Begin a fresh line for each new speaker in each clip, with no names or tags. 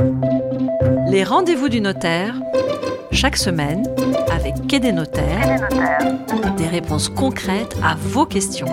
Les rendez-vous du notaire, chaque semaine, avec Quai des Notaires, des réponses concrètes à vos questions.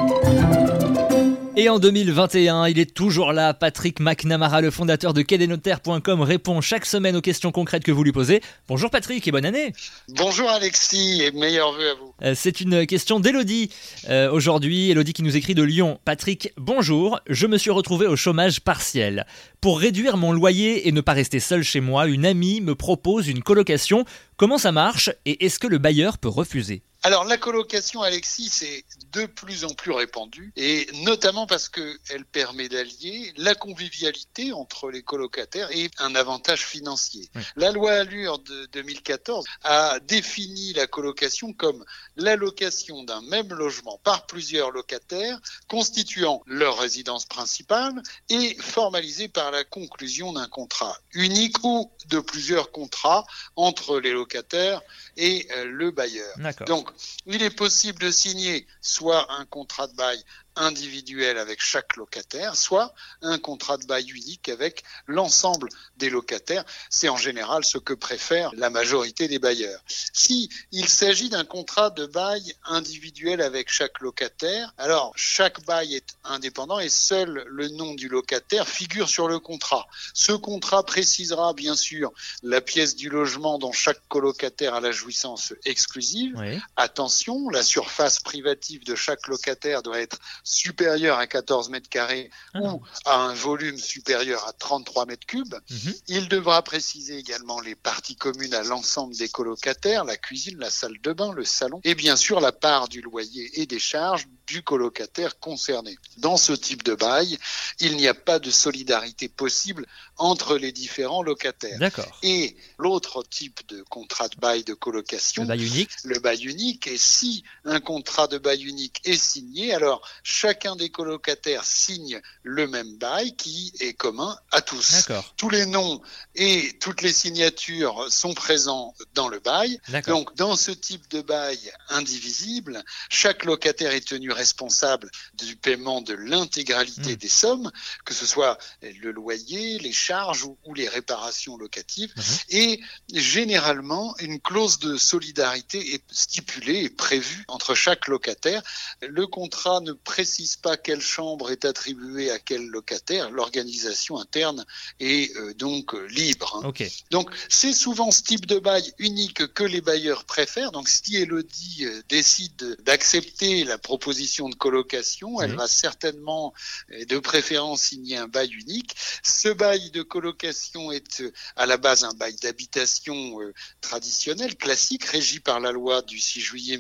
Et en 2021, il est toujours là. Patrick McNamara, le fondateur de quaidesnotaires.com, répond chaque semaine aux questions concrètes que vous lui posez. Bonjour Patrick et bonne année.
Bonjour Alexis et meilleurs vœux à vous.
C'est une question d'Élodie. Aujourd'hui, Élodie qui nous écrit de Lyon. Patrick, bonjour. Je me suis retrouvé au chômage partiel. Pour réduire mon loyer et ne pas rester seul chez moi, une amie me propose une colocation. Comment ça marche et est-ce que le bailleur peut refuser ?
Alors la colocation, Alexis, c'est de plus en plus répandu et notamment parce qu'elle permet d'allier la convivialité entre les colocataires et un avantage financier. Oui. La loi Allure de 2014 a défini la colocation comme l'allocation d'un même logement par plusieurs locataires constituant leur résidence principale et formalisée par la conclusion d'un contrat unique ou de plusieurs contrats entre les locataires et le bailleur.
D'accord.
Donc, il est possible de signer soit un contrat de bail individuel avec chaque locataire, soit un contrat de bail unique avec l'ensemble des locataires. C'est en général ce que préfère la majorité des bailleurs. Si il s'agit d'un contrat de bail individuel avec chaque locataire, alors chaque bail est indépendant et seul le nom du locataire figure sur le contrat. Ce contrat précisera bien sûr la pièce du logement dont chaque colocataire a la jouissance exclusive.
Oui.
Attention, la surface privative de chaque locataire doit être supérieur à 14 mètres carrés ou à un volume supérieur à 33 mètres cubes. Il devra préciser également les parties communes à l'ensemble des colocataires, la cuisine, la salle de bain, le salon et bien sûr la part du loyer et des charges du colocataire concerné. Dans ce type de bail, il n'y a pas de solidarité possible entre les différents locataires.
D'accord.
Et l'autre type de contrat de bail de colocation, le bail unique, et si un contrat de bail unique est signé, alors chacun des colocataires signe le même bail qui est commun à tous.
D'accord.
Tous les noms et toutes les signatures sont présents dans le bail.
D'accord.
Donc, dans ce type de bail indivisible, chaque locataire est tenu responsable du paiement de l'intégralité des sommes, que ce soit le loyer, les charges ou les réparations locatives. Et généralement, une clause de solidarité est stipulée et prévue entre chaque locataire. Le contrat ne précise pas quelle chambre est attribuée à quel locataire. L'organisation interne est donc libre.
Okay.
Donc, c'est souvent ce type de bail unique que les bailleurs préfèrent. Donc, si Élodie décide d'accepter la proposition de colocation, elle va certainement, de préférence, signer un bail unique. Ce bail de colocation est à la base un bail d'habitation traditionnel, classique, régi par la loi du 6 juillet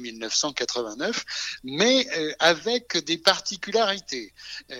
1989, mais avec des particularités.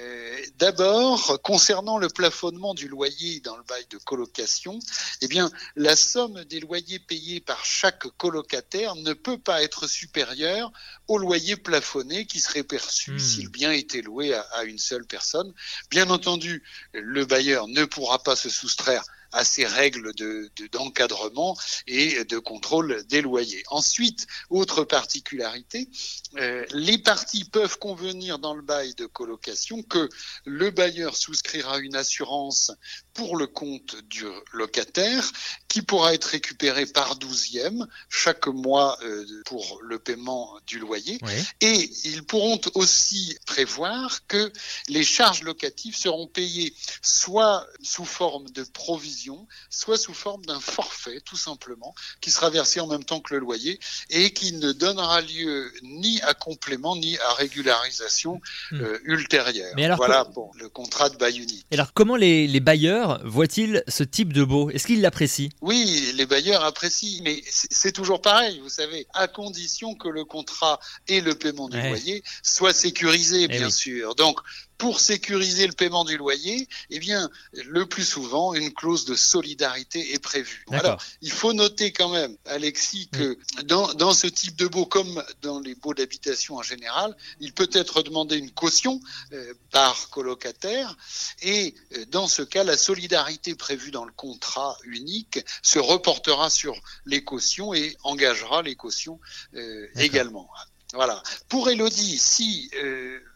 D'abord, concernant le plafonnement du loyer dans le bail de colocation, eh bien, la somme des loyers payés par chaque colocataire ne peut pas être supérieure au loyer plafonné qui serait perçu si le bien était loué à une seule personne. Bien entendu, le bailleur ne pourra pas se soustraire à ces règles d'encadrement et de contrôle des loyers. Ensuite, autre particularité, les parties peuvent convenir dans le bail de colocation que le bailleur souscrira une assurance pour le compte du locataire qui pourra être récupérée par 12e chaque mois pour le paiement du loyer.
Oui.
Et ils pourront aussi prévoir que les charges locatives seront payées soit sous forme de provision, soit sous forme d'un forfait, tout simplement, qui sera versé en même temps que le loyer et qui ne donnera lieu ni à complément ni à régularisation ultérieure.
Mais alors,
voilà pour le contrat de bail unique.
Et alors, comment les bailleurs voient-ils ce type de baux ? Est-ce qu'ils l'apprécient ?
Oui, les bailleurs apprécient, mais c'est toujours pareil, vous savez, à condition que le contrat et le paiement du loyer soient sécurisés, bien sûr. Donc, pour sécuriser le paiement du loyer, eh bien, le plus souvent, une clause de solidarité est prévue. Alors, il faut noter quand même, Alexis, que dans ce type de baux, comme dans les baux d'habitation en général, il peut être demandé une caution par colocataire et dans ce cas, la solidarité prévue dans le contrat unique se reportera sur les cautions et engagera les cautions également. Voilà. Pour Élodie, si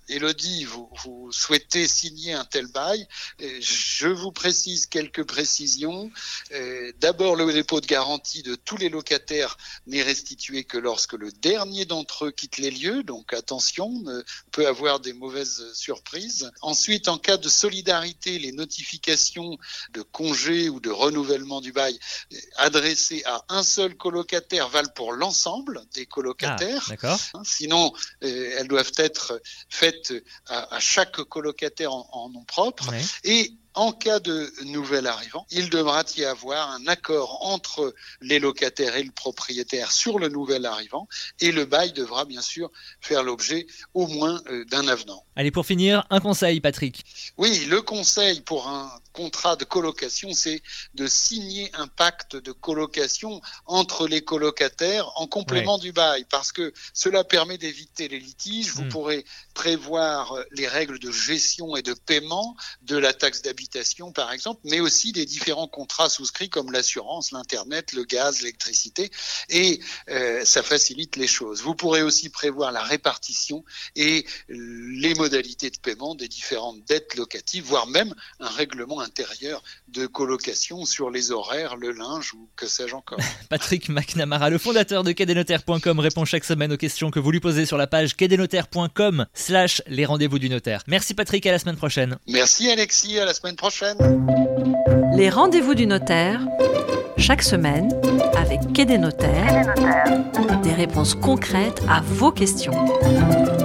Élodie, vous souhaitez signer un tel bail. Je vous précise quelques précisions. D'abord, le dépôt de garantie de tous les locataires n'est restitué que lorsque le dernier d'entre eux quitte les lieux. Donc attention, peut avoir des mauvaises surprises. Ensuite, en cas de solidarité, les notifications de congé ou de renouvellement du bail adressées à un seul colocataire valent pour l'ensemble des colocataires.
D'accord.
Sinon, elles doivent être faites à chaque colocataire en nom propre.
Ouais.
Et en cas de nouvel arrivant, il devra y avoir un accord entre les locataires et le propriétaire sur le nouvel arrivant, et le bail devra bien sûr faire l'objet au moins d'un avenant.
Allez, pour finir, un conseil, Patrick.
Oui, le conseil pour un contrat de colocation, c'est de signer un pacte de colocation entre les colocataires en complément du bail, parce que cela permet d'éviter les litiges. Vous pourrez prévoir les règles de gestion et de paiement de la taxe d'habitation, par exemple, mais aussi des différents contrats souscrits comme l'assurance, l'Internet, le gaz, l'électricité, et ça facilite les choses. Vous pourrez aussi prévoir la répartition et les modalités de paiement des différentes dettes locatives, voire même un règlement intérieur de colocation sur les horaires, le linge ou que sais-je encore.
Patrick McNamara, le fondateur de quai-des-notaires.com, répond chaque semaine aux questions que vous lui posez sur la page quai-des-notaires.com/les rendez-vous du notaire. Merci Patrick, à la semaine prochaine.
Merci Alexis, à la semaine prochaine.
Les rendez-vous du notaire, chaque semaine, avec Quai des Notaires, des réponses concrètes à vos questions.